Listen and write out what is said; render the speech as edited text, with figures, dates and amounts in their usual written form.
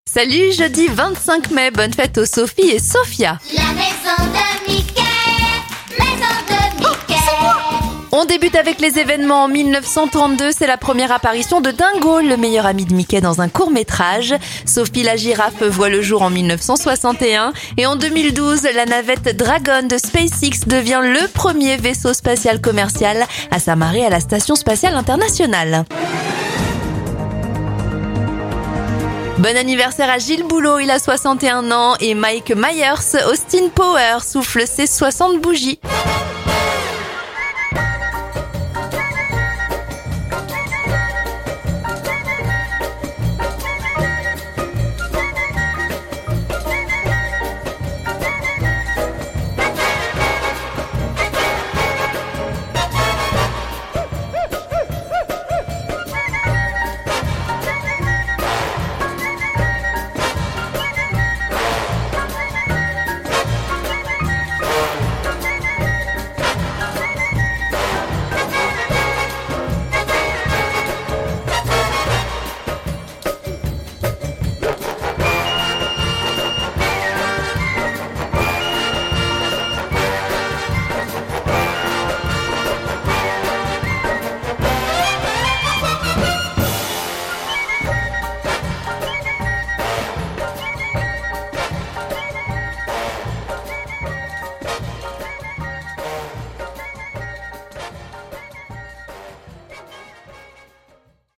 Salut, jeudi 25 mai, bonne fête aux Sophie et Sophia. La maison de Mickey, maison de Mickey. On débute avec les événements. En 1932, c'est la première apparition de Dingo, le meilleur ami de Mickey dans un court-métrage. Sophie la girafe voit le jour en 1961. Et en 2012, la navette Dragon de SpaceX devient le premier vaisseau spatial commercial à s'amarrer à la Station spatiale internationale. Bon anniversaire à Gilles Boulot, il a 61 ans, et Mike Myers, Austin Power souffle ses 60 bougies.